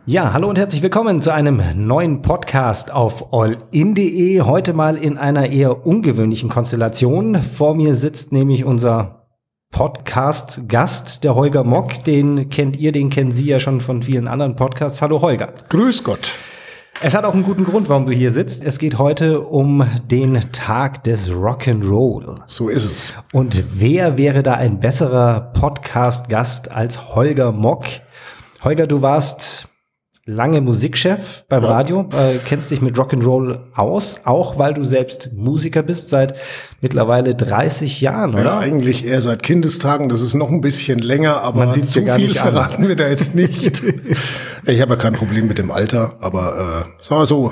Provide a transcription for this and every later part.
Ja, hallo und herzlich willkommen zu einem neuen Podcast auf allin.de. Heute mal in einer eher ungewöhnlichen Konstellation. Vor mir sitzt nämlich unser Podcast-Gast, der Holger Mock. Den kennt ihr, den kennen Sie ja schon von vielen anderen Podcasts. Hallo Holger. Grüß Gott. Es hat auch einen guten Grund, warum du hier sitzt. Es geht heute um den Tag des Rock'n'Roll. So ist es. Und wer wäre da ein besserer Podcast-Gast als Holger Mock? Holger, du warst lange Musikchef beim Radio, kennst dich mit Rock'n'Roll aus, auch weil du selbst Musiker bist, seit mittlerweile 30 Jahren, oder? Ja, eigentlich eher seit Kindestagen, das ist noch ein bisschen länger, aber Man sieht's zu dir gar viel nicht an. verraten wir da jetzt nicht. Ich habe ja kein Problem mit dem Alter, aber sagen wir so,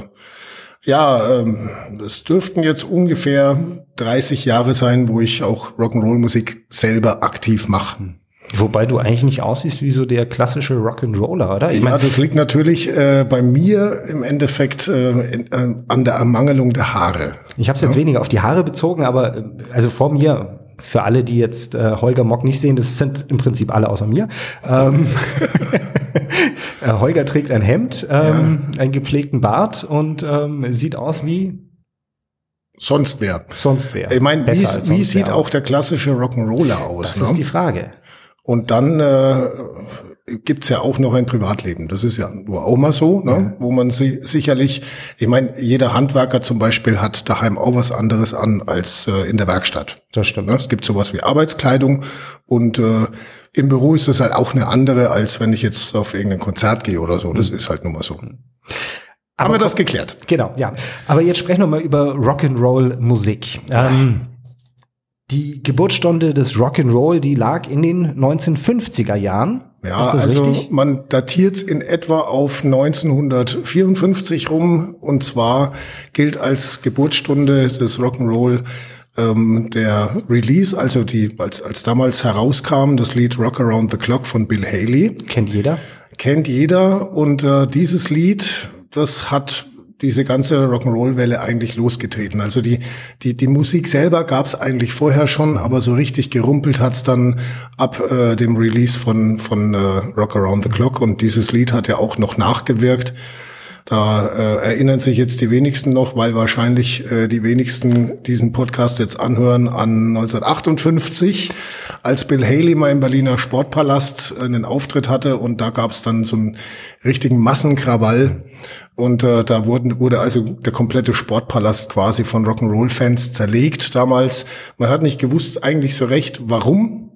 es dürften jetzt ungefähr 30 Jahre sein, wo ich auch Rock'n'Roll-Musik selber aktiv mache. Wobei du eigentlich nicht aussiehst wie so der klassische Rock'n'Roller, oder? Ja, das liegt natürlich bei mir im Endeffekt an der Ermangelung der Haare. Ich habe es jetzt weniger auf die Haare bezogen, aber also vor mir, für alle, die jetzt Holger Mock nicht sehen, das sind im Prinzip alle außer mir. Holger trägt ein Hemd, einen gepflegten Bart und sieht aus wie Sonst wer. Ich meine, wie sieht auch der klassische Rock'n'Roller aus? Das ist die Frage. Und dann gibt's ja auch noch ein Privatleben. Das ist ja nur auch mal so, ne? Wo man sicherlich, ich meine, jeder Handwerker zum Beispiel hat daheim auch was anderes an als in der Werkstatt. Das stimmt. Ne? Es gibt sowas wie Arbeitskleidung und im Büro ist es halt auch eine andere, als wenn ich jetzt auf irgendein Konzert gehe oder so. Das ist halt nun mal so. Haben wir das geklärt? Genau, ja. Aber jetzt sprechen wir mal über Rock'n'Roll-Musik. Die Geburtsstunde des Rock'n'Roll, die lag in den 1950er Jahren. Ja, ist das also richtig? Man datiert's in etwa auf 1954 rum. Und zwar gilt als Geburtsstunde des Rock'n'Roll der Release, also als damals herauskam, das Lied Rock Around the Clock von Bill Haley. Kennt jeder. Kennt jeder. Und dieses Lied, das hat diese ganze Rock'n'Roll-Welle eigentlich losgetreten. Also die Musik selber gab's eigentlich vorher schon, aber so richtig gerumpelt hat's dann ab dem Release von Rock Around the Clock. Und dieses Lied hat ja auch noch nachgewirkt. Da erinnern sich jetzt die wenigsten noch, weil wahrscheinlich die wenigsten diesen Podcast jetzt anhören an 1958, als Bill Haley mal im Berliner Sportpalast einen Auftritt hatte und da gab's dann so einen richtigen Massenkrawall und da wurde also der komplette Sportpalast quasi von Rock'n'Roll-Fans zerlegt damals. Man hat nicht gewusst eigentlich so recht, warum.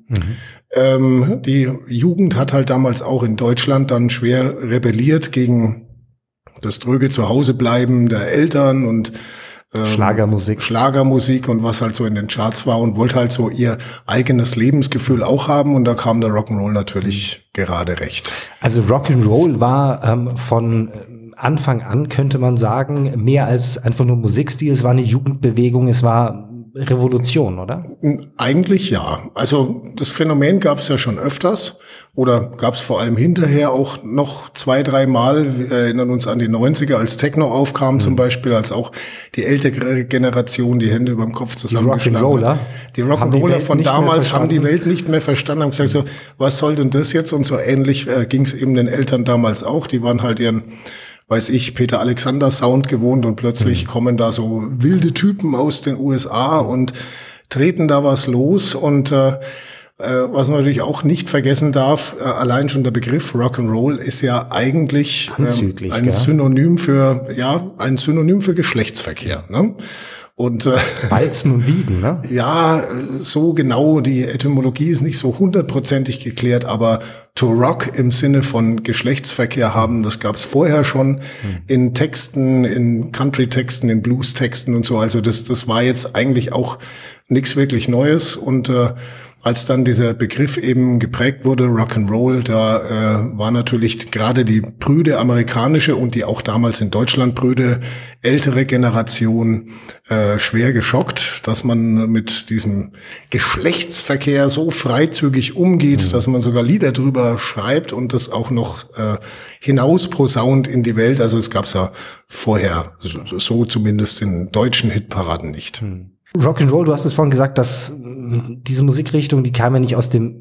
Die Jugend hat halt damals auch in Deutschland dann schwer rebelliert gegen das dröge Zuhausebleiben der Eltern und Schlagermusik und was halt so in den Charts war und wollte halt so ihr eigenes Lebensgefühl auch haben und da kam der Rock'n'Roll natürlich gerade recht. Also Rock'n'Roll war von Anfang an, könnte man sagen, mehr als einfach nur Musikstil, es war eine Jugendbewegung, es war Revolution, oder? Eigentlich ja. Also das Phänomen gab es ja schon öfters oder gab es vor allem hinterher auch noch 2-3 Mal. Wir erinnern uns an die 90er, als Techno aufkam zum Beispiel, als auch die ältere Generation die Hände überm Kopf zusammengeschlagen hat. Die Rock'n'Roller von damals haben die Welt nicht mehr verstanden, haben gesagt so, was soll denn das jetzt? Und so ähnlich ging es eben den Eltern damals auch. Die waren halt ihren Peter Alexander Sound gewohnt und plötzlich kommen da so wilde Typen aus den USA und treten da was los und was man natürlich auch nicht vergessen darf, allein schon der Begriff Rock'n'Roll ist ja eigentlich ein Synonym für Geschlechtsverkehr, ne? Und Walzen und Wiegen, ne? Ja, so genau, die Etymologie ist nicht so 100%ig geklärt, aber to rock im Sinne von Geschlechtsverkehr haben, das gab es vorher schon in Texten, in Country-Texten, in Blues-Texten und so. Also das war jetzt eigentlich auch nichts wirklich Neues und als dann dieser Begriff eben geprägt wurde, Rock'n'Roll, da war natürlich gerade die prüde amerikanische und die auch damals in Deutschland prüde ältere Generation schwer geschockt, dass man mit diesem Geschlechtsverkehr so freizügig umgeht, dass man sogar Lieder drüber schreibt und das auch noch hinausposaunt in die Welt. Also es gab's ja vorher, so zumindest in deutschen Hitparaden nicht. Rock'n'Roll, du hast es vorhin gesagt, dass diese Musikrichtung, die kam ja nicht aus dem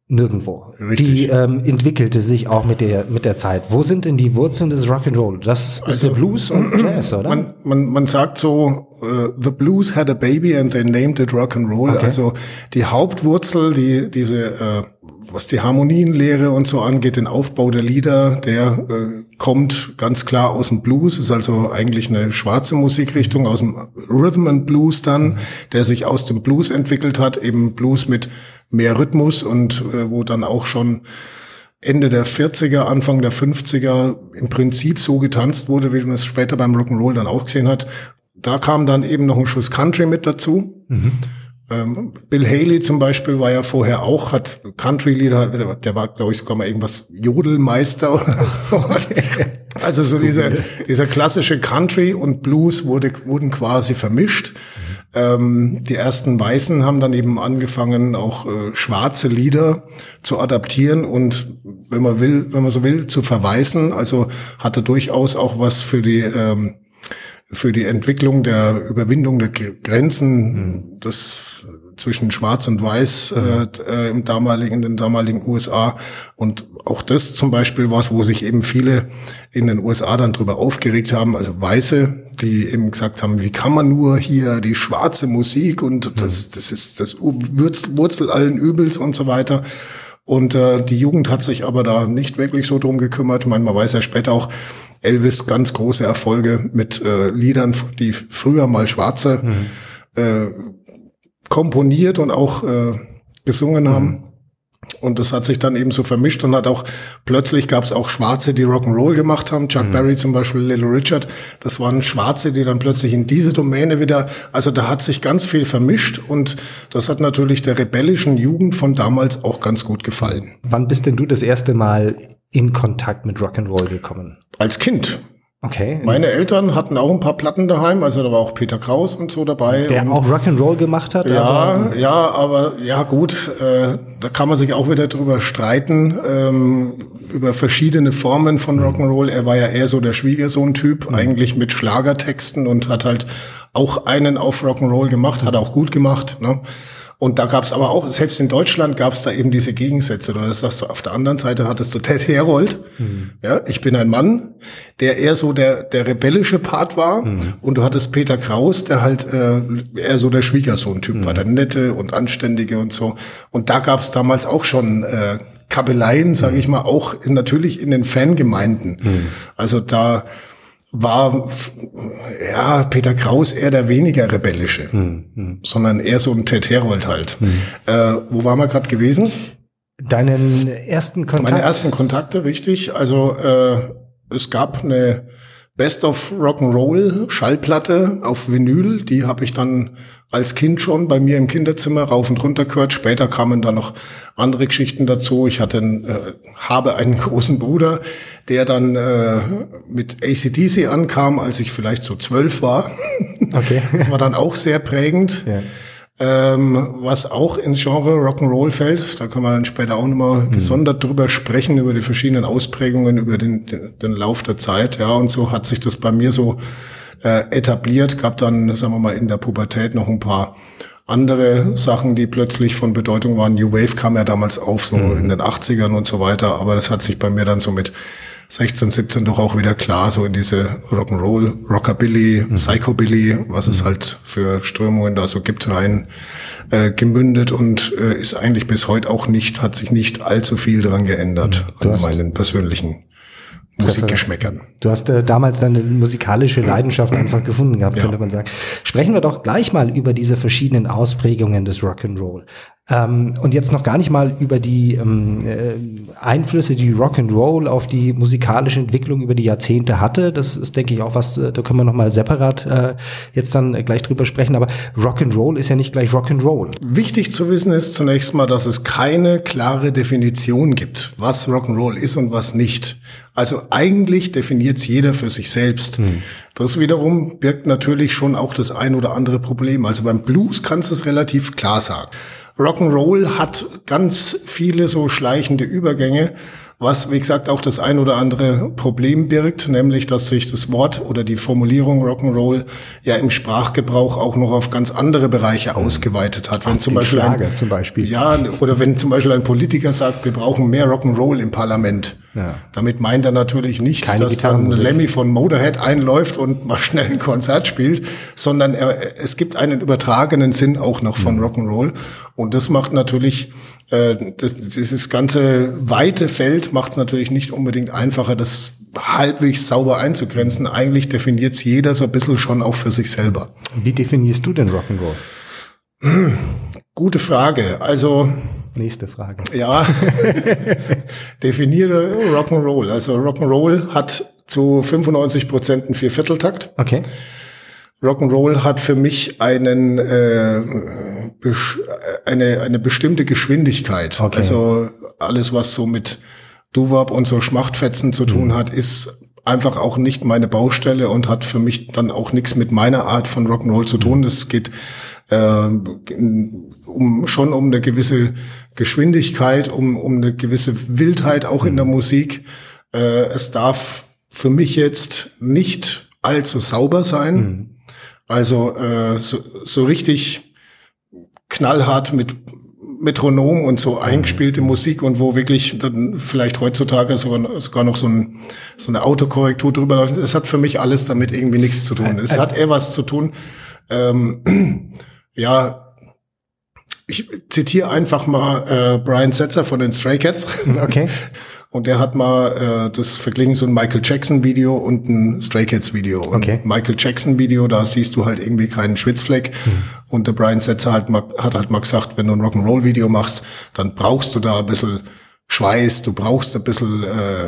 Nirgendwo. Richtig. Die entwickelte sich auch mit der Zeit. Wo sind denn die Wurzeln des Rock'n'Roll? Das ist also der Blues und Jazz, oder? Man sagt so, the blues had a baby and they named it Rock'n'Roll. Okay. Also die Hauptwurzel, was die Harmonienlehre und so angeht, den Aufbau der Lieder, der kommt ganz klar aus dem Blues, ist also eigentlich eine schwarze Musikrichtung, aus dem Rhythm and Blues dann, der sich aus dem Blues entwickelt hat, eben Blues mit mehr Rhythmus und wo dann auch schon Ende der 40er, Anfang der 50er im Prinzip so getanzt wurde, wie man es später beim Rock'n'Roll dann auch gesehen hat. Da kam dann eben noch ein Schuss Country mit dazu. Mhm. Bill Haley zum Beispiel war ja vorher auch, hat Country-Lieder, der war, glaube ich, sogar mal irgendwas Jodelmeister oder so. Also so dieser klassische Country und Blues wurden quasi vermischt. Die ersten Weißen haben dann eben angefangen, auch schwarze Lieder zu adaptieren und wenn man so will, zu verweisen. Also hatte durchaus auch was für die Entwicklung der Überwindung der Grenzen, das zwischen Schwarz und Weiß in den damaligen USA. Und auch das zum Beispiel was, wo sich eben viele in den USA dann drüber aufgeregt haben, also Weiße, die eben gesagt haben, wie kann man nur hier die schwarze Musik und das ist das Wurzel allen Übels und so weiter. Und die Jugend hat sich aber da nicht wirklich so drum gekümmert. Man weiß ja später auch, Elvis ganz große Erfolge mit Liedern, die früher mal Schwarze komponiert und auch gesungen haben. Und das hat sich dann eben so vermischt und plötzlich gab es auch Schwarze, die Rock'n'Roll gemacht haben. Chuck Berry zum Beispiel, Little Richard. Das waren Schwarze, die dann plötzlich in diese Domäne wieder, also da hat sich ganz viel vermischt und das hat natürlich der rebellischen Jugend von damals auch ganz gut gefallen. Wann bist denn du das erste Mal in Kontakt mit Rock'n'Roll gekommen? Als Kind. Okay. Meine Eltern hatten auch ein paar Platten daheim, also da war auch Peter Kraus und so dabei. Der auch Rock'n'Roll gemacht hat? Aber gut, da kann man sich auch wieder drüber streiten, über verschiedene Formen von Rock'n'Roll. Er war ja eher so der Schwiegersohn-Typ, eigentlich mit Schlagertexten und hat halt auch einen auf Rock'n'Roll gemacht, hat er auch gut gemacht, ne? Und da gab's aber auch, selbst in Deutschland gab's da eben diese Gegensätze. Das sagst du, auf der anderen Seite hattest du Ted Herold. Ja, ich bin ein Mann, der eher so der rebellische Part war. Und du hattest Peter Kraus, der halt eher so der Schwiegersohn-Typ war, der Nette und Anständige und so. Und da gab's damals auch schon Kabeleien, sage ich mal, auch natürlich in den Fangemeinden. Also da war Peter Kraus eher der weniger rebellische, sondern eher so ein Ted Herold halt. Wo waren wir gerade gewesen? Deinen ersten Kontakt? Meine ersten Kontakte, richtig. Also es gab eine Best of Rock'n'Roll Schallplatte auf Vinyl, die habe ich dann als Kind schon bei mir im Kinderzimmer rauf und runter gehört. Später kamen dann noch andere Geschichten dazu. Ich habe einen großen Bruder, der dann mit AC/DC ankam, als ich vielleicht so 12 war. Okay. Das war dann auch sehr prägend. Ja. Was auch ins Genre Rock'n'Roll fällt, da kann man dann später auch nochmal gesondert drüber sprechen, über die verschiedenen Ausprägungen, über den Lauf der Zeit, ja, und so hat sich das bei mir so etabliert, gab dann, sagen wir mal, in der Pubertät noch ein paar andere Sachen, die plötzlich von Bedeutung waren. New Wave kam ja damals auf, so in den 80ern und so weiter, aber das hat sich bei mir dann so mit 16, 17 doch auch wieder klar so in diese Rock'n'Roll, Rockabilly, Psychobilly, was es halt für Strömungen da so gibt, rein gemündet und ist eigentlich bis heute auch hat sich nicht allzu viel dran geändert an meinen persönlichen Musikgeschmäckern. Du hast damals deine musikalische Leidenschaft einfach gefunden gehabt, könnte man sagen. Sprechen wir doch gleich mal über diese verschiedenen Ausprägungen des Rock'n'Roll. Und jetzt noch gar nicht mal über die Einflüsse, die Rock'n'Roll auf die musikalische Entwicklung über die Jahrzehnte hatte. Das ist, denke ich, auch was, da können wir noch mal separat jetzt dann gleich drüber sprechen. Aber Rock'n'Roll ist ja nicht gleich Rock'n'Roll. Wichtig zu wissen ist zunächst mal, dass es keine klare Definition gibt, was Rock'n'Roll ist und was nicht. Also eigentlich definiert es jeder für sich selbst. Das wiederum birgt natürlich schon auch das ein oder andere Problem. Also beim Blues kannst du es relativ klar sagen. Rock'n'Roll hat ganz viele so schleichende Übergänge, was, wie gesagt, auch das ein oder andere Problem birgt, nämlich, dass sich das Wort oder die Formulierung Rock'n'Roll ja im Sprachgebrauch auch noch auf ganz andere Bereiche ausgeweitet hat. Wenn zum Beispiel Schlager zum Beispiel. Ja, oder wenn zum Beispiel ein Politiker sagt, wir brauchen mehr Rock'n'Roll im Parlament. Ja. Damit meint er natürlich nicht, dass dann Lemmy von Motorhead einläuft und mal schnell ein Konzert spielt, sondern es gibt einen übertragenen Sinn auch noch von Rock'n'Roll. Und das macht natürlich dieses ganze weite Feld macht es natürlich nicht unbedingt einfacher, das halbwegs sauber einzugrenzen. Eigentlich definiert es jeder so ein bisschen schon auch für sich selber. Wie definierst du denn Rock'n'Roll? Gute Frage. Also nächste Frage. Ja, definiere Rock'n'Roll. Also Rock'n'Roll hat zu 95% einen Viervierteltakt. Okay. Rock'n'Roll hat für mich eine bestimmte Geschwindigkeit. Okay. Also alles, was so mit Doo-Wop und so Schmachtfetzen zu tun hat, ist einfach auch nicht meine Baustelle und hat für mich dann auch nichts mit meiner Art von Rock'n'Roll zu tun. Es geht um eine gewisse Geschwindigkeit, um eine gewisse Wildheit auch in der Musik. Es darf für mich jetzt nicht allzu sauber sein. Also so richtig knallhart mit Metronom und so eingespielte Musik und wo wirklich dann vielleicht heutzutage sogar noch so eine Autokorrektur drüber läuft. Es hat für mich alles damit irgendwie nichts zu tun. Es hat eher was zu tun. Ja, ich zitiere einfach mal Brian Setzer von den Stray Cats. Okay. Und der hat mal das verglichen, so ein Michael Jackson Video und ein Stray Cats Video. Und Michael Jackson Video, da siehst du halt irgendwie keinen Schwitzfleck. Und der Brian Setzer hat halt mal gesagt, wenn du ein Rock'n'Roll Video machst, dann brauchst du da ein bisschen Schweiß, du brauchst ein bisschen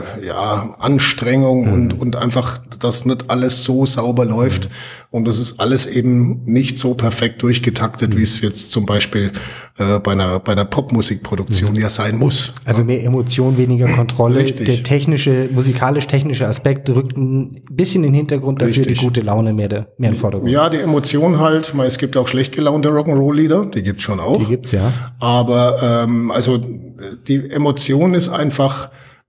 Anstrengung und einfach, dass nicht alles so sauber läuft und das ist alles eben nicht so perfekt durchgetaktet, wie es jetzt zum Beispiel bei einer Popmusikproduktion ja sein muss. Also mehr Emotion, weniger Kontrolle. Richtig. Der musikalisch-technische Aspekt rückt ein bisschen in den Hintergrund, dafür die gute Laune mehr in den Vordergrund. Ja, die Emotion halt, es gibt auch schlecht gelaunte Rock'n'Roll-Lieder, die gibt's schon auch. Die gibt's, ja. Aber also die Emotion ist einfach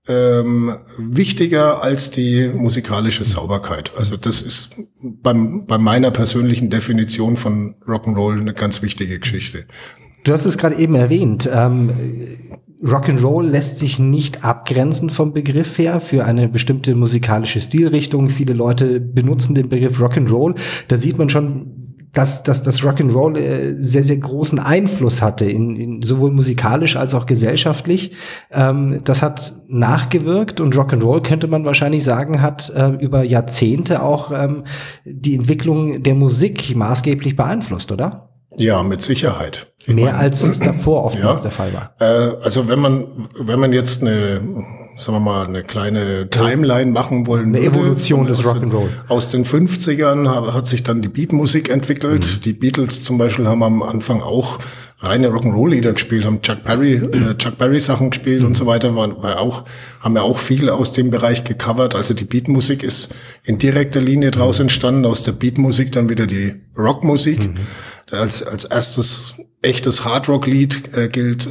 wichtiger als die musikalische Sauberkeit. Also das ist bei meiner persönlichen Definition von Rock'n'Roll eine ganz wichtige Geschichte. Du hast es gerade eben erwähnt. Rock'n'Roll lässt sich nicht abgrenzen vom Begriff her für eine bestimmte musikalische Stilrichtung. Viele Leute benutzen den Begriff Rock'n'Roll. Da sieht man schon, dass das Rock'n'Roll sehr, sehr großen Einfluss hatte, in sowohl musikalisch als auch gesellschaftlich. Das hat nachgewirkt und Rock'n'Roll, könnte man wahrscheinlich sagen, hat über Jahrzehnte auch die Entwicklung der Musik maßgeblich beeinflusst, oder? Ja, mit Sicherheit. Mehr als es davor oftmals der Fall war. Also wenn man jetzt eine kleine Timeline machen wollen würde. Eine Evolution des Rock'n'Roll. Aus den 50ern hat sich dann die Beatmusik entwickelt. Die Beatles zum Beispiel haben am Anfang auch reine Rock'n'Roll-Lieder gespielt, haben Chuck Berry Sachen gespielt und so weiter, haben ja auch viel aus dem Bereich gecovert. Also die Beatmusik ist in direkter Linie draus entstanden, aus der Beatmusik dann wieder die Rockmusik. Als erstes echtes Hardrock-Lied gilt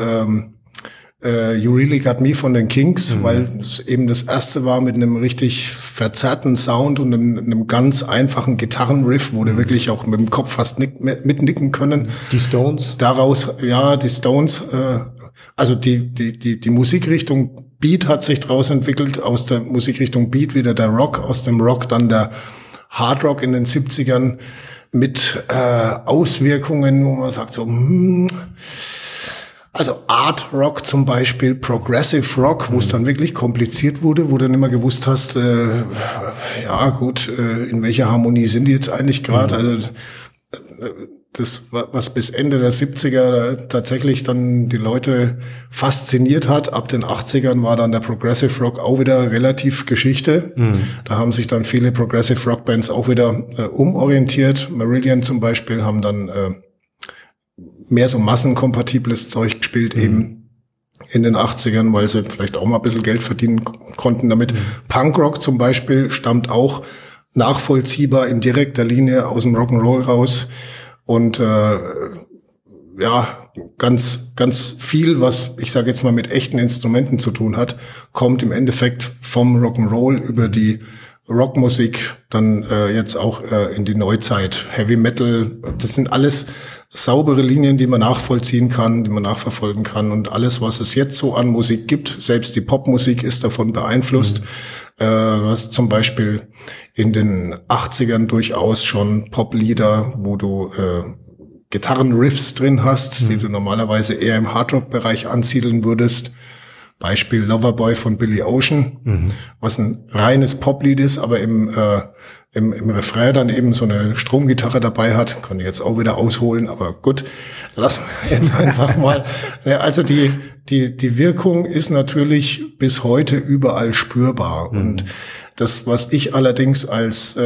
You Really Got Me von den Kings, weil es eben das erste war mit einem richtig verzerrten Sound und einem ganz einfachen Gitarrenriff, wo du wirklich auch mit dem Kopf fast mitnicken können. Die Stones? Die Stones. Also die Musikrichtung Beat hat sich draus entwickelt, aus der Musikrichtung Beat wieder der Rock, aus dem Rock dann der Hardrock in den 70ern mit Auswirkungen, wo man sagt so, also Art Rock zum Beispiel, Progressive Rock, wo es dann wirklich kompliziert wurde, wo du nicht mehr gewusst hast, in welcher Harmonie sind die jetzt eigentlich gerade? Also das, was bis Ende der 70er tatsächlich dann die Leute fasziniert hat, ab den 80ern war dann der Progressive Rock auch wieder relativ Geschichte. Da haben sich dann viele Progressive Rock Bands auch wieder umorientiert. Marillion zum Beispiel haben dann mehr so massenkompatibles Zeug gespielt eben in den 80ern, weil sie vielleicht auch mal ein bisschen Geld verdienen konnten damit. Punkrock zum Beispiel stammt auch nachvollziehbar in direkter Linie aus dem Rock'n'Roll raus und ganz, ganz viel, was ich sage jetzt mal mit echten Instrumenten zu tun hat, kommt im Endeffekt vom Rock'n'Roll über die Rockmusik dann jetzt auch in die Neuzeit. Heavy Metal, das sind alles saubere Linien, die man nachvollziehen kann, die man nachverfolgen kann, und alles, was es jetzt so an Musik gibt, selbst die Popmusik ist davon beeinflusst. Du hast zum Beispiel in den 80ern durchaus schon Poplieder, wo du Gitarrenriffs drin hast, die du normalerweise eher im Hardrock-Bereich ansiedeln würdest. Beispiel Loverboy von Billy Ocean, was ein reines Poplied ist, aber im Refrain dann eben so eine Stromgitarre dabei hat. Kann ich jetzt auch wieder ausholen, aber gut, lassen wir jetzt einfach mal. Ja, also die Wirkung ist natürlich bis heute überall spürbar. Und das, was ich allerdings als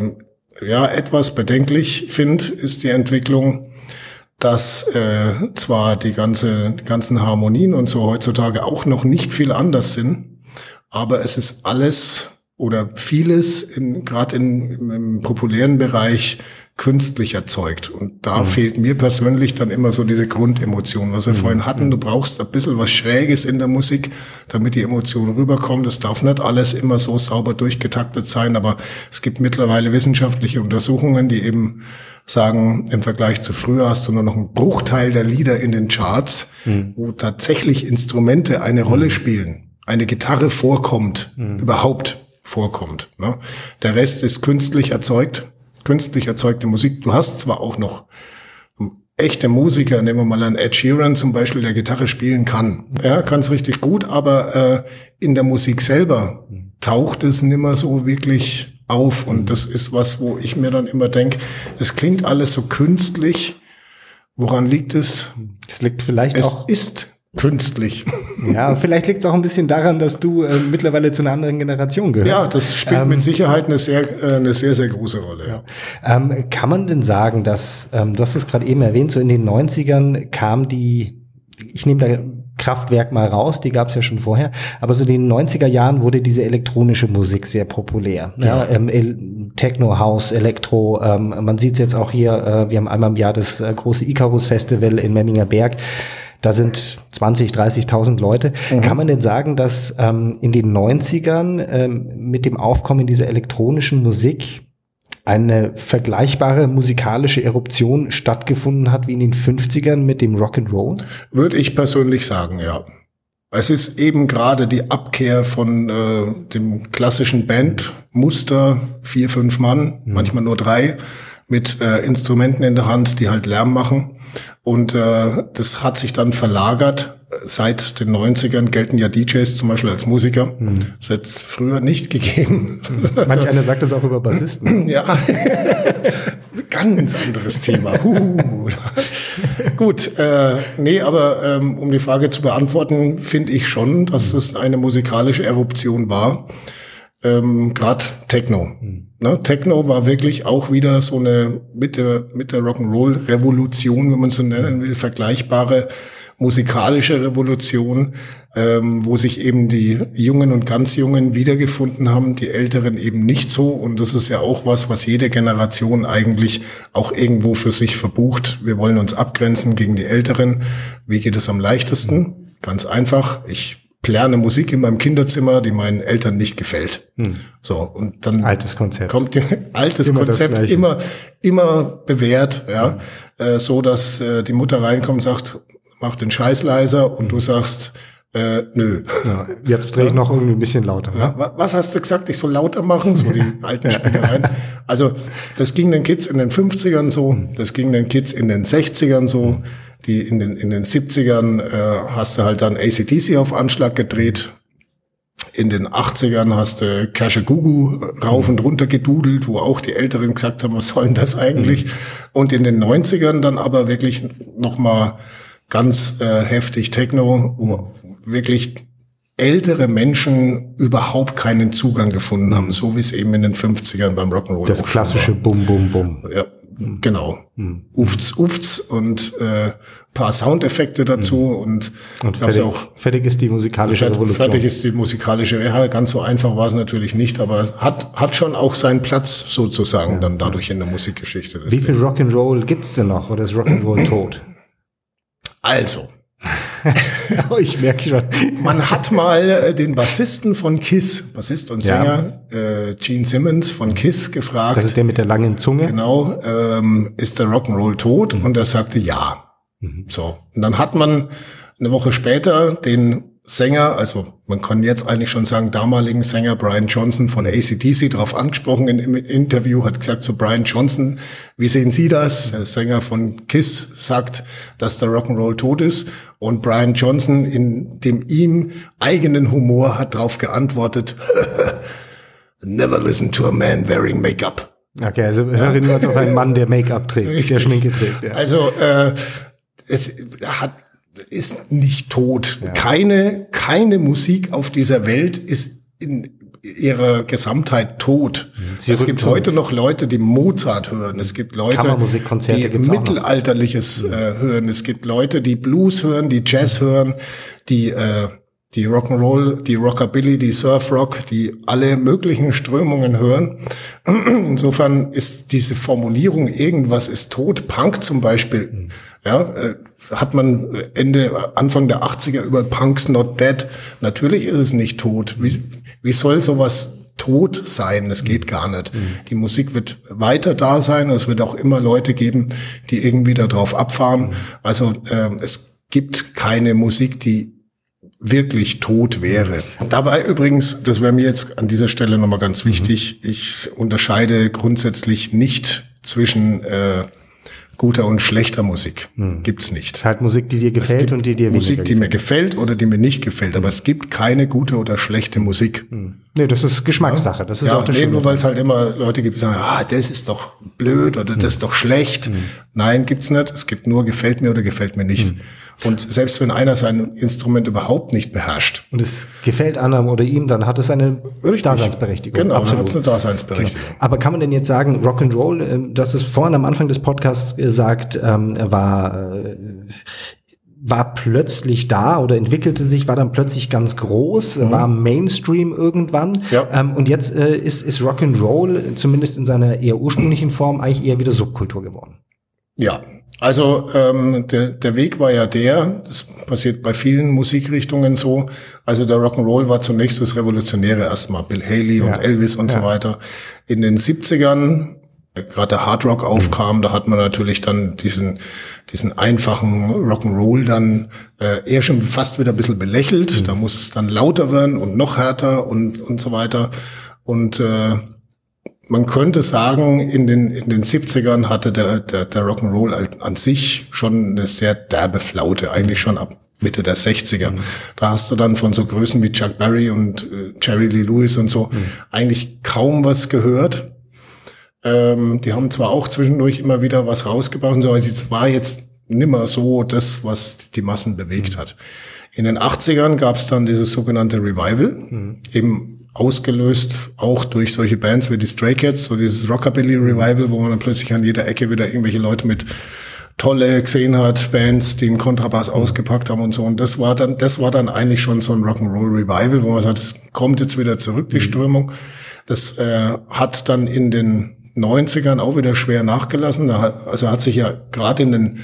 etwas bedenklich finde, ist die Entwicklung, dass zwar die ganzen Harmonien und so heutzutage auch noch nicht viel anders sind, aber es ist alles oder vieles gerade im populären Bereich künstlich erzeugt. Und da fehlt mir persönlich dann immer so diese Grundemotion, was wir vorhin hatten. Du brauchst ein bisschen was Schräges in der Musik, damit die Emotion rüberkommt. Es darf nicht alles immer so sauber durchgetaktet sein, aber es gibt mittlerweile wissenschaftliche Untersuchungen, die eben sagen, im Vergleich zu früher hast du nur noch einen Bruchteil der Lieder in den Charts, wo tatsächlich Instrumente eine Rolle spielen. Eine Gitarre vorkommt, überhaupt vorkommt. Ne? Der Rest ist künstlich erzeugte Musik. Du hast zwar auch noch echte Musiker, nehmen wir mal an Ed Sheeran zum Beispiel, der Gitarre spielen kann. Er kann es richtig gut, aber in der Musik selber taucht es nimmer so wirklich auf. Und das ist was, wo ich mir dann immer denke, es klingt alles so künstlich. Woran liegt es? Es liegt vielleicht auch... Es ist künstlich. Ja, vielleicht liegt es auch ein bisschen daran, dass du mittlerweile zu einer anderen Generation gehörst. Ja, das spielt mit Sicherheit eine sehr, sehr große Rolle. Ja. Kann man denn sagen, dass, du hast es gerade eben erwähnt, so in den 90ern kam ich nehme da Kraftwerk mal raus, die gab es ja schon vorher, aber so in den 90er Jahren wurde diese elektronische Musik sehr populär. Ja. Techno, House, Elektro, man sieht es jetzt auch hier, wir haben einmal im Jahr das große Icarus-Festival in Memminger Berg. Da sind 20.000, 30.000 Leute. Kann man denn sagen, dass in den 90ern mit dem Aufkommen dieser elektronischen Musik eine vergleichbare musikalische Eruption stattgefunden hat wie in den 50ern mit dem Rock'n'Roll? Würde ich persönlich sagen, ja. Es ist eben gerade die Abkehr von dem klassischen Bandmuster, 4, 5 Mann, manchmal nur 3, mit Instrumenten in der Hand, die halt Lärm machen. Und das hat sich dann verlagert. Seit den 90ern gelten ja DJs zum Beispiel als Musiker. Das hat es früher nicht gegeben. Manch einer sagt das auch über Bassisten. Ja, ganz anderes Thema. Gut, aber um die Frage zu beantworten, finde ich schon, dass es eine musikalische Eruption war. Gerade Techno. Ne? Techno war wirklich auch wieder so eine mit der Rock'n'Roll-Revolution, wenn man so nennen will, vergleichbare musikalische Revolution, wo sich eben die Jungen und ganz Jungen wiedergefunden haben, die Älteren eben nicht so. Und das ist ja auch was jede Generation eigentlich auch irgendwo für sich verbucht. Wir wollen uns abgrenzen gegen die Älteren. Wie geht es am leichtesten? Ganz einfach. Ich lerne Musik in meinem Kinderzimmer, die meinen Eltern nicht gefällt. So, und dann altes Konzept. Kommt altes immer Konzept immer bewährt, ja, so dass die Mutter reinkommt und sagt, mach den Scheiß leiser, und du sagst, nö. Ja, jetzt drehe ich noch irgendwie ein bisschen lauter. Ja, was hast du gesagt? Ich soll lauter machen? So die alten Spielereien. Also das ging den Kids in den 50ern so, das ging den Kids in den 60ern so, die in den 70ern hast du halt dann AC/DC auf Anschlag gedreht. In den 80ern hast du Kajagoogoo rauf und runter gedudelt, wo auch die Älteren gesagt haben, was soll denn das eigentlich? Und in den 90ern dann aber wirklich nochmal ganz heftig Techno, wo wirklich ältere Menschen überhaupt keinen Zugang gefunden haben, so wie es eben in den 50ern beim Rock'n'Roll das klassische Bum, Bum, Bum. Ja, genau. Ufts, Ufts und paar Soundeffekte dazu und fertig ist die musikalische Revolution. Fertig ist die musikalische, ja, ganz so einfach war es natürlich nicht, aber hat schon auch seinen Platz sozusagen dann dadurch in der Musikgeschichte. Wie viel Rock'n'Roll gibt's denn noch, oder ist Rock'n'Roll tot? Also. Ich merke schon. Man hat mal den Bassisten von Kiss, Bassist und Sänger, Gene Simmons von Kiss gefragt. Das ist der mit der langen Zunge. Genau, ist der Rock'n'Roll tot? Und er sagte ja. So. Und dann hat man eine Woche später den Sänger, also man kann jetzt eigentlich schon sagen, damaligen Sänger Brian Johnson von AC/DC darauf angesprochen im Interview, hat gesagt zu Brian Johnson, wie sehen Sie das? Der Sänger von Kiss sagt, dass der Rock'n'Roll tot ist, und Brian Johnson in dem ihm eigenen Humor hat darauf geantwortet, never listen to a man wearing makeup. Okay, also höre niemals auf einen Mann, der Make-up trägt, richtig, der Schminke trägt. Ja. Also ist nicht tot. Ja. Keine Musik auf dieser Welt ist in ihrer Gesamtheit tot. Es gibt heute noch Leute, die Mozart hören. Es gibt Leute, die Mittelalterliches hören. Es gibt Leute, die Blues hören, die Jazz hören, die Rock'n'Roll, die Rockabilly, die Surfrock, die alle möglichen Strömungen hören. Insofern ist diese Formulierung, irgendwas ist tot, Punk zum Beispiel, hat man Anfang der 80er über Punk's Not Dead. Natürlich ist es nicht tot. Wie soll sowas tot sein? Das geht gar nicht. Die Musik wird weiter da sein. Es wird auch immer Leute geben, die irgendwie da drauf abfahren. Also es gibt keine Musik, die wirklich tot wäre. Dabei übrigens, das wäre mir jetzt an dieser Stelle nochmal ganz wichtig, ich unterscheide grundsätzlich nicht zwischen guter und schlechter Musik. Gibt's nicht. Halt Musik, die dir gefällt und die dir weniger Musik, die mir gefällt oder die mir nicht gefällt. Aber es gibt keine gute oder schlechte Musik. Nee, das ist Geschmackssache. Das ist auch das Schöne. Nur weil es halt immer Leute gibt, die sagen, das ist doch blöd oder das ist doch schlecht. Nein, gibt's nicht. Es gibt nur gefällt mir oder gefällt mir nicht. Und selbst wenn einer sein Instrument überhaupt nicht beherrscht. Und es gefällt anderem oder ihm, dann hat es eine Daseinsberechtigung. Genau, dann hat es eine Daseinsberechtigung. Genau. Aber kann man denn jetzt sagen, Rock'n'Roll, das ist vorhin am Anfang des Podcasts gesagt, war plötzlich da oder entwickelte sich, war dann plötzlich ganz groß, war Mainstream irgendwann. Ja. Und jetzt ist Rock'n'Roll, zumindest in seiner eher ursprünglichen Form, eigentlich eher wieder Subkultur geworden. Ja, also der Weg war ja das passiert bei vielen Musikrichtungen so, also der Rock'n'Roll war zunächst das Revolutionäre erstmal, Bill Haley und Elvis und so weiter. In den 70ern, gerade der Hard Rock aufkam, da hat man natürlich dann diesen einfachen Rock'n'Roll dann eher schon fast wieder ein bisschen belächelt, da muss es dann lauter werden und noch härter und so weiter. Und man könnte sagen, in den 70ern hatte der Rock'n'Roll an sich schon eine sehr derbe Flaute, eigentlich schon ab Mitte der 60er. Da hast du dann von so Größen wie Chuck Berry und Jerry Lee Lewis und so eigentlich kaum was gehört. Die haben zwar auch zwischendurch immer wieder was rausgebracht, aber es war jetzt nimmer so das, was die Massen bewegt hat. In den 80ern gab es dann dieses sogenannte Revival, eben ausgelöst auch durch solche Bands wie die Stray Cats, so dieses Rockabilly-Revival, wo man dann plötzlich an jeder Ecke wieder irgendwelche Leute mit Tolle gesehen hat, Bands, die einen Kontrabass ausgepackt haben und so. Und das war dann eigentlich schon so ein Rock'n'Roll-Revival, wo man sagt, es kommt jetzt wieder zurück, die Strömung. Das hat dann in den 90ern auch wieder schwer nachgelassen. Also hat sich ja gerade in den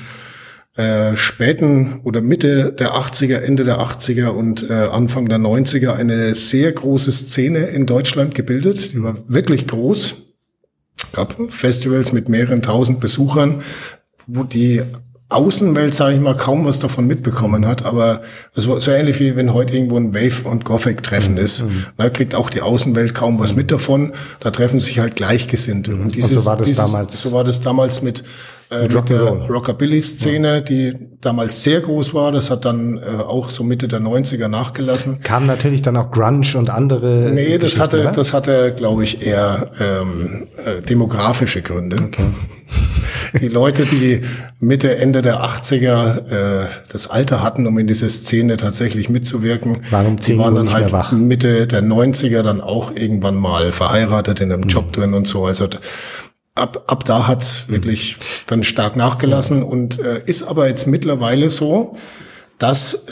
späten oder Mitte der 80er, Ende der 80er und Anfang der 90er eine sehr große Szene in Deutschland gebildet. Die war wirklich groß. Gab Festivals mit mehreren tausend Besuchern, wo die Außenwelt, sage ich mal, kaum was davon mitbekommen hat, aber es war so ähnlich wie wenn heute irgendwo ein Wave- und Gothic-Treffen ist. Da kriegt auch die Außenwelt kaum was mit davon, da treffen sich halt Gleichgesinnte. Und so war das damals mit der Rockabilly-Szene, die damals sehr groß war. Das hat dann auch so Mitte der 90er nachgelassen. Kam natürlich dann auch Grunge und andere. Nee, das hatte, glaube ich, eher demografische Gründe. Okay. Die Leute, die Mitte, Ende der 80er das Alter hatten, um in dieser Szene tatsächlich mitzuwirken, die waren dann halt Mitte der 90er dann auch irgendwann mal verheiratet, in einem Job drin und so. Also ab da hat's wirklich dann stark nachgelassen und ist aber jetzt mittlerweile so, dass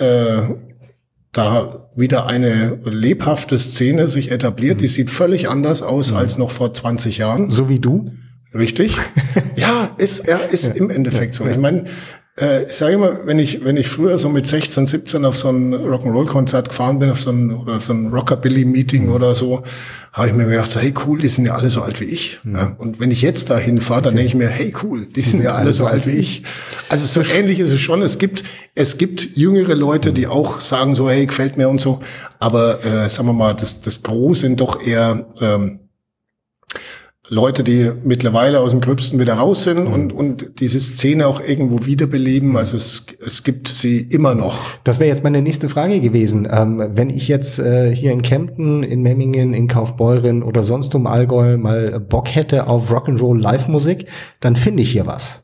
da wieder eine lebhafte Szene sich etabliert. Die sieht völlig anders aus als noch vor 20 Jahren. So wie du? Richtig. Ja, ist im Endeffekt so. Ich meine, Ich sage immer, wenn ich früher so mit 16, 17 auf so ein Rock'n'Roll-Konzert gefahren bin, auf so ein Rockabilly-Meeting oder so, habe ich mir gedacht, so, hey cool, die sind ja alle so alt wie ich. Ja, und wenn ich jetzt da hinfahre, dann denke ich mir, hey cool, die sind ja alle so alt wie ich. Also so ähnlich ist es schon. Es gibt jüngere Leute, die auch sagen so, hey, gefällt mir und so. Aber sagen wir mal, das Gros sind doch eher Leute, die mittlerweile aus dem Gröbsten wieder raus sind und diese Szene auch irgendwo wiederbeleben. Also es gibt sie immer noch. Das wäre jetzt meine nächste Frage gewesen. Wenn ich jetzt hier in Kempten, in Memmingen, in Kaufbeuren oder sonst im Allgäu mal Bock hätte auf Rock'n'Roll Live-Musik, dann finde ich hier was.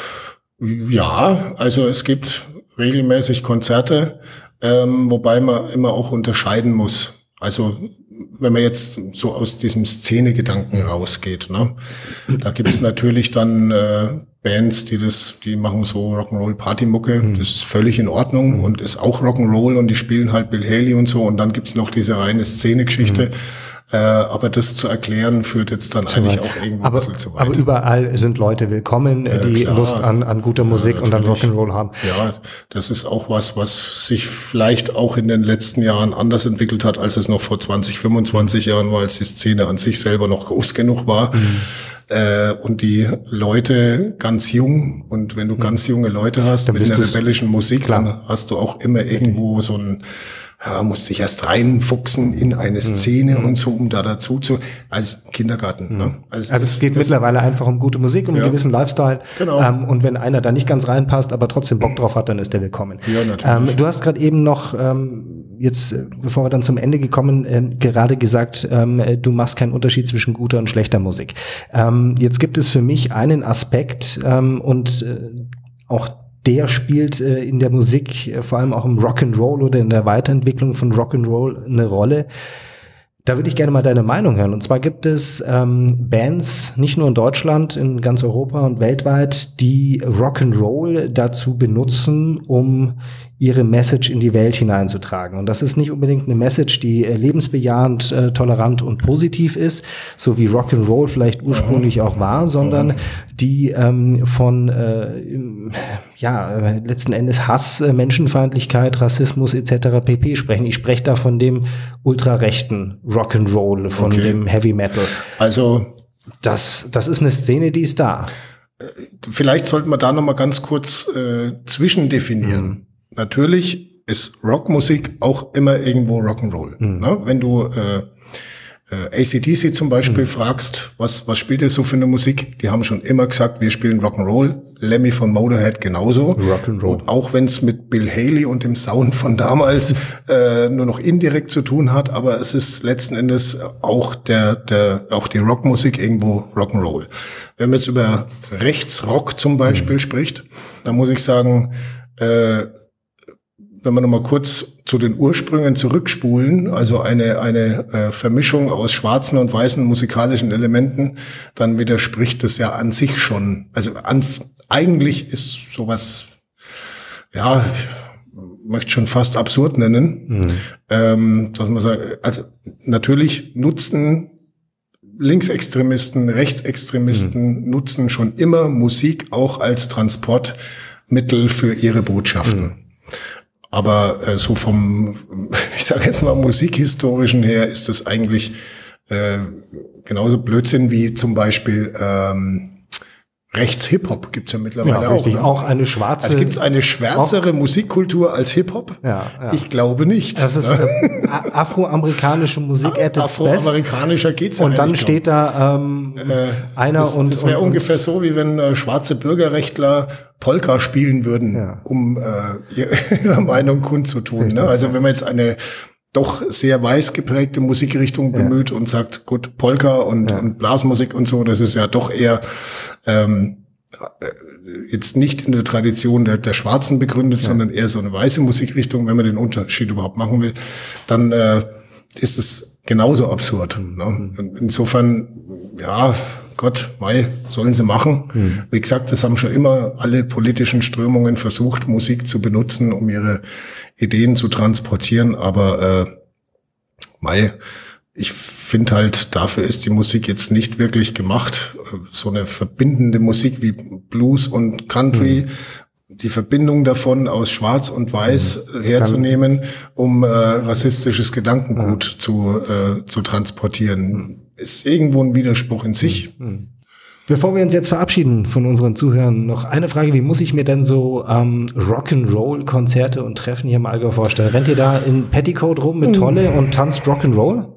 Ja, also es gibt regelmäßig Konzerte, wobei man immer auch unterscheiden muss. Also wenn man jetzt so aus diesem Szene-Gedanken rausgeht, ne, da gibt es natürlich dann Bands, die machen so Rock'n'Roll-Party-Mucke, das ist völlig in Ordnung und ist auch Rock'n'Roll und die spielen halt Bill Haley und so und dann gibt's noch diese reine Szene-Geschichte. Aber das zu erklären, führt jetzt dann eigentlich auch irgendwo ein bisschen zu weit. Aber überall sind Leute willkommen, die klar, Lust an guter Musik und an Rock'n'Roll haben. Ja, das ist auch was sich vielleicht auch in den letzten Jahren anders entwickelt hat, als es noch vor 20, 25 Jahren war, als die Szene an sich selber noch groß genug war. Und die Leute ganz jung, und wenn du ganz junge Leute hast mit einer rebellischen Musik, klar, dann hast du auch immer irgendwo so ein musste ich erst reinfuchsen in eine Szene und so, um da dazu zu, also Kindergarten. Ne? Also es geht mittlerweile einfach um gute Musik, um einen gewissen Lifestyle. Genau. Und wenn einer da nicht ganz reinpasst, aber trotzdem Bock drauf hat, dann ist der willkommen. Ja, natürlich. Du hast gerade eben noch, jetzt, bevor wir dann zum Ende gekommen, gerade gesagt, du machst keinen Unterschied zwischen guter und schlechter Musik. Jetzt gibt es für mich einen Aspekt und auch der spielt in der Musik, vor allem auch im Rock'n'Roll oder in der Weiterentwicklung von Rock'n'Roll eine Rolle. Da würde ich gerne mal deine Meinung hören. Und zwar gibt es Bands, nicht nur in Deutschland, in ganz Europa und weltweit, die Rock'n'Roll dazu benutzen, um ihre Message in die Welt hineinzutragen. Und das ist nicht unbedingt eine Message, die lebensbejahend, tolerant und positiv ist, so wie Rock'n'Roll vielleicht ursprünglich auch war, sondern die von letzten Endes Hass, Menschenfeindlichkeit, Rassismus etc. pp. sprechen. Ich spreche da von dem ultrarechten Rock'n'Roll, von dem Heavy Metal. Also das ist eine Szene, die ist da. Vielleicht sollten wir da noch mal ganz kurz zwischendefinieren. Natürlich ist Rockmusik auch immer irgendwo Rock'n'Roll. Ne? Wenn du AC/DC zum Beispiel fragst, was spielt ihr so für eine Musik? Die haben schon immer gesagt, wir spielen Rock'n'Roll. Lemmy von Motorhead genauso. Rock'n'Roll. Und auch wenn es mit Bill Haley und dem Sound von damals nur noch indirekt zu tun hat, aber es ist letzten Endes auch auch die Rockmusik irgendwo Rock'n'Roll. Wenn man jetzt über Rechtsrock zum Beispiel spricht, dann muss ich sagen, wenn wir nochmal kurz zu den Ursprüngen zurückspulen, also eine Vermischung aus schwarzen und weißen musikalischen Elementen, dann widerspricht das ja an sich schon. Also eigentlich ist sowas, ja, ich möchte schon fast absurd nennen, dass man sagt, also natürlich nutzen Linksextremisten, Rechtsextremisten nutzen schon immer Musik auch als Transportmittel für ihre Botschaften. Aber so ich sage jetzt mal musikhistorischen her, ist das eigentlich genauso Blödsinn wie zum Beispiel Rechts-Hip-Hop gibt's ja mittlerweile richtig, auch. Ne? Auch eine schwarze. Also gibt's eine schwärzere Musikkultur als Hip-Hop? Ja. Ich glaube nicht. Das ist afroamerikanische Musik at its best. Afroamerikanischer geht's ja und dann steht da einer das wäre ungefähr so, wie wenn schwarze Bürgerrechtler Polka spielen würden, um ihre Meinung kundzutun. Ne? Also wenn man jetzt eine doch sehr weiß geprägte Musikrichtung bemüht und sagt, gut, Polka und Blasmusik und so, das ist ja doch eher jetzt nicht in der Tradition der Schwarzen begründet, sondern eher so eine weiße Musikrichtung, wenn man den Unterschied überhaupt machen will, dann ist es genauso absurd. Ne? Insofern, ja, Gott, sollen sie machen. Wie gesagt, das haben schon immer alle politischen Strömungen versucht, Musik zu benutzen, um ihre Ideen zu transportieren, aber ich finde halt, dafür ist die Musik jetzt nicht wirklich gemacht. So eine verbindende Musik wie Blues und Country die Verbindung davon aus Schwarz und Weiß herzunehmen, um rassistisches Gedankengut zu transportieren. Ist irgendwo ein Widerspruch in sich. Bevor wir uns jetzt verabschieden von unseren Zuhörern, noch eine Frage: Wie muss ich mir denn so Rock'n'Roll-Konzerte und Treffen hier im Allgäu vorstellen? Rennt ihr da in Petticoat rum mit Tolle und tanzt Rock'n'Roll?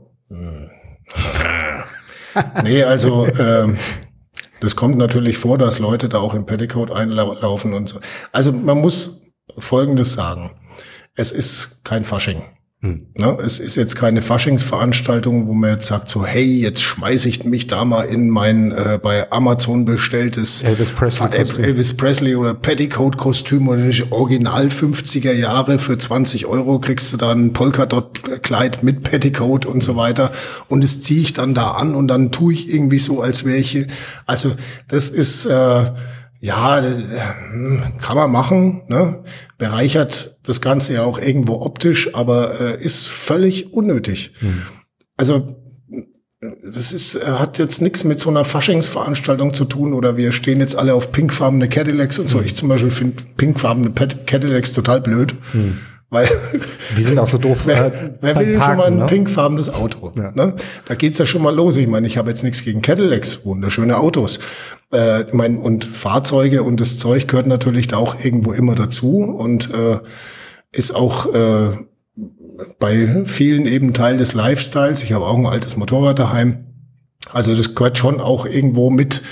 Nee, also das kommt natürlich vor, dass Leute da auch in Petticoat einlaufen und so. Also man muss Folgendes sagen. Es ist kein Fasching. Ne? Es ist jetzt keine Faschingsveranstaltung, wo man jetzt sagt so, hey, jetzt schmeiße ich mich da mal in mein bei Amazon bestelltes Elvis Presley oder Petticoat-Kostüm oder nicht Original 50er Jahre für 20 € kriegst du da ein Polkadot-Kleid mit Petticoat und so weiter und das ziehe ich dann da an und dann tue ich irgendwie so, als wäre ich, also das ist ja, kann man machen, ne? Bereichert das Ganze ja auch irgendwo optisch, aber ist völlig unnötig. Also das ist hat jetzt nichts mit so einer Faschingsveranstaltung zu tun oder wir stehen jetzt alle auf pinkfarbene Cadillacs und so. Ich zum Beispiel finde pinkfarbene Cadillacs total blöd. Weil die sind auch so doof. Wer will Parken, schon mal ein pinkfarbenes Auto? Ja. Ne? Da geht's ja schon mal los. Ich meine, ich habe jetzt nichts gegen Cadillacs, wunderschöne Autos. Und Fahrzeuge und das Zeug gehört natürlich da auch irgendwo immer dazu und ist auch bei vielen eben Teil des Lifestyles. Ich habe auch ein altes Motorrad daheim. Also das gehört schon auch irgendwo mit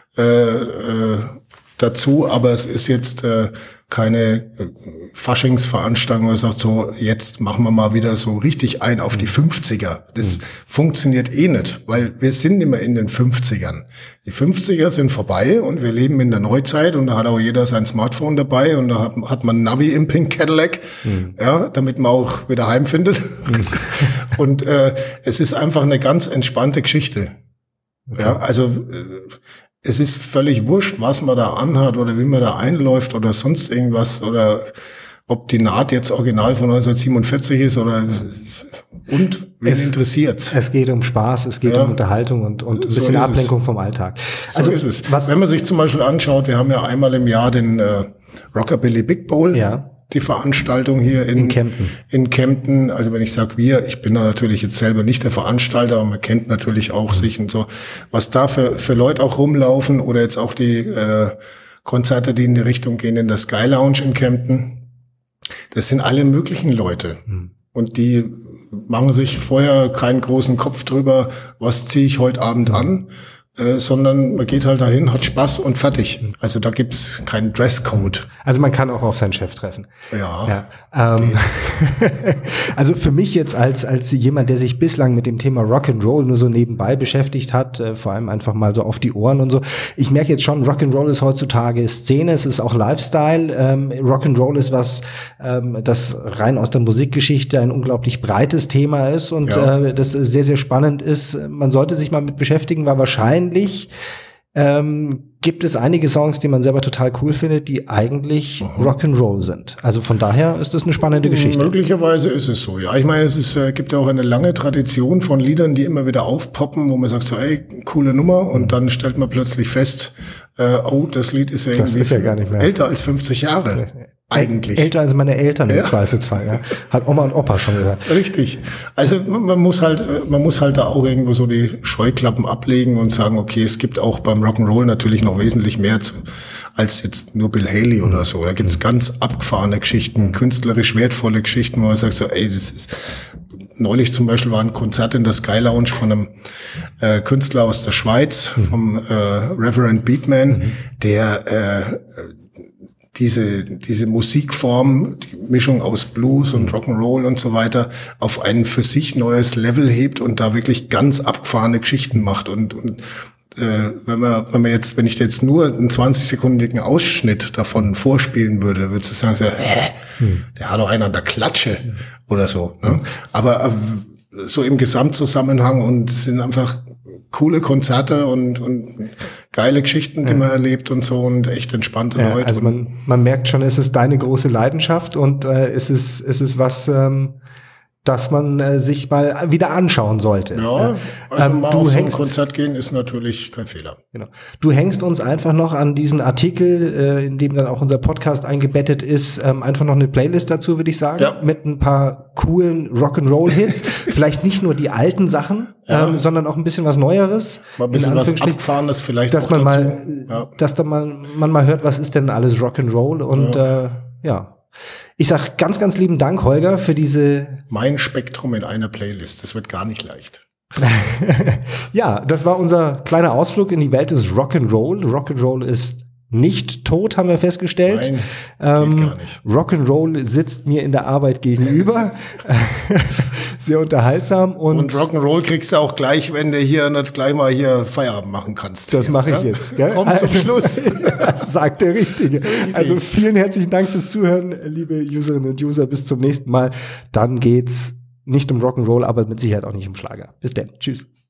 dazu, aber es ist jetzt keine Faschingsveranstaltung, wo man sagt so, jetzt machen wir mal wieder so richtig ein auf die 50er. Das funktioniert eh nicht, weil wir sind immer in den 50ern. Die 50er sind vorbei und wir leben in der Neuzeit und da hat auch jeder sein Smartphone dabei und da hat man Navi im Pink Cadillac, ja, damit man auch wieder heimfindet. Und es ist einfach eine ganz entspannte Geschichte. Okay. Ja, also es ist völlig wurscht, was man da anhat oder wie man da einläuft oder sonst irgendwas oder ob die Naht jetzt original von 1947 ist oder und wen interessiert's? Es geht um Spaß, es geht um Unterhaltung und ein bisschen so Ablenkung vom Alltag. Also so ist es. Wenn man sich zum Beispiel anschaut, wir haben ja einmal im Jahr den Rockabilly Big Bowl. Ja. Die Veranstaltung hier in Kempten. Also wenn ich sage wir, ich bin da natürlich jetzt selber nicht der Veranstalter, aber man kennt natürlich auch sich und so, was da für Leute auch rumlaufen oder jetzt auch die Konzerte, die in die Richtung gehen in der Sky Lounge in Kempten. Das sind alle möglichen Leute. Und die machen sich vorher keinen großen Kopf drüber, was ziehe ich heute Abend an, sondern man geht halt dahin, hat Spaß und fertig. Also da gibt's keinen Dresscode. Also man kann auch auf seinen Chef treffen. Ja. Also für mich jetzt als jemand, der sich bislang mit dem Thema Rock'n'Roll nur so nebenbei beschäftigt hat, vor allem einfach mal so auf die Ohren und so. Ich merke jetzt schon, Rock'n'Roll ist heutzutage Szene, es ist auch Lifestyle. Rock'n'Roll ist was, das rein aus der Musikgeschichte ein unglaublich breites Thema ist und das sehr, sehr spannend ist. Man sollte sich mal mit beschäftigen, weil wahrscheinlich gibt es einige Songs, die man selber total cool findet, die eigentlich Rock'n'Roll sind. Also von daher ist das eine spannende Geschichte. Möglicherweise ist es so, ja. Ich meine, es gibt ja auch eine lange Tradition von Liedern, die immer wieder aufpoppen, wo man sagt so, ey, coole Nummer und dann stellt man plötzlich fest, oh, das Lied ist ja irgendwie gar nicht mehr älter als 50 Jahre. Eigentlich. Älter als meine Eltern im Zweifelsfall, ja. Hat Oma und Opa schon gehört. Richtig. Also man muss halt da auch irgendwo so die Scheuklappen ablegen und sagen, okay, es gibt auch beim Rock'n'Roll natürlich noch wesentlich mehr als jetzt nur Bill Haley oder so. Da gibt es ganz abgefahrene Geschichten, künstlerisch wertvolle Geschichten, wo man sagt so, ey, das ist neulich zum Beispiel war ein Konzert in der Sky Lounge von einem Künstler aus der Schweiz, vom Reverend Beatman, der diese Musikform, die Mischung aus Blues und Rock'n'Roll und so weiter, auf ein für sich neues Level hebt und da wirklich ganz abgefahrene Geschichten macht. Und wenn ich jetzt nur einen 20-sekundigen Ausschnitt davon vorspielen würde, würdest du sagen, so, der hat doch einen an der Klatsche oder so. Ne? Aber so im Gesamtzusammenhang und es sind einfach coole Konzerte und geile Geschichten, die man erlebt und so und echt entspannte Leute. Also man merkt schon, es ist deine große Leidenschaft und es ist was, dass man sich mal wieder anschauen sollte. Ja, also mal auf so ein Konzert gehen ist natürlich kein Fehler. Genau. Du hängst uns einfach noch an diesen Artikel, in dem dann auch unser Podcast eingebettet ist, einfach noch eine Playlist dazu, würde ich sagen, mit ein paar coolen Rock'n'Roll-Hits. Vielleicht nicht nur die alten Sachen, sondern auch ein bisschen was Neueres. Mal ein bisschen was Abgefahrenes vielleicht dass auch man dazu. Dass man mal hört, was ist denn alles Rock'n'Roll und Ich sag ganz, ganz lieben Dank, Holger, für diese... Mein Spektrum in einer Playlist, das wird gar nicht leicht. Ja, das war unser kleiner Ausflug in die Welt des Rock'n'Roll. Rock'n'Roll ist nicht tot, haben wir festgestellt. Nein, geht gar nicht. Rock'n'Roll sitzt mir in der Arbeit gegenüber. Sehr unterhaltsam. Und Rock'n'Roll kriegst du auch gleich, wenn du hier nicht gleich mal hier Feierabend machen kannst. Das mache ich jetzt. Gell? Komm zum Schluss. Das sagt der Richtige. Also vielen herzlichen Dank fürs Zuhören, liebe Userinnen und User. Bis zum nächsten Mal. Dann geht's nicht um Rock'n'Roll, aber mit Sicherheit auch nicht um Schlager. Bis dann. Tschüss.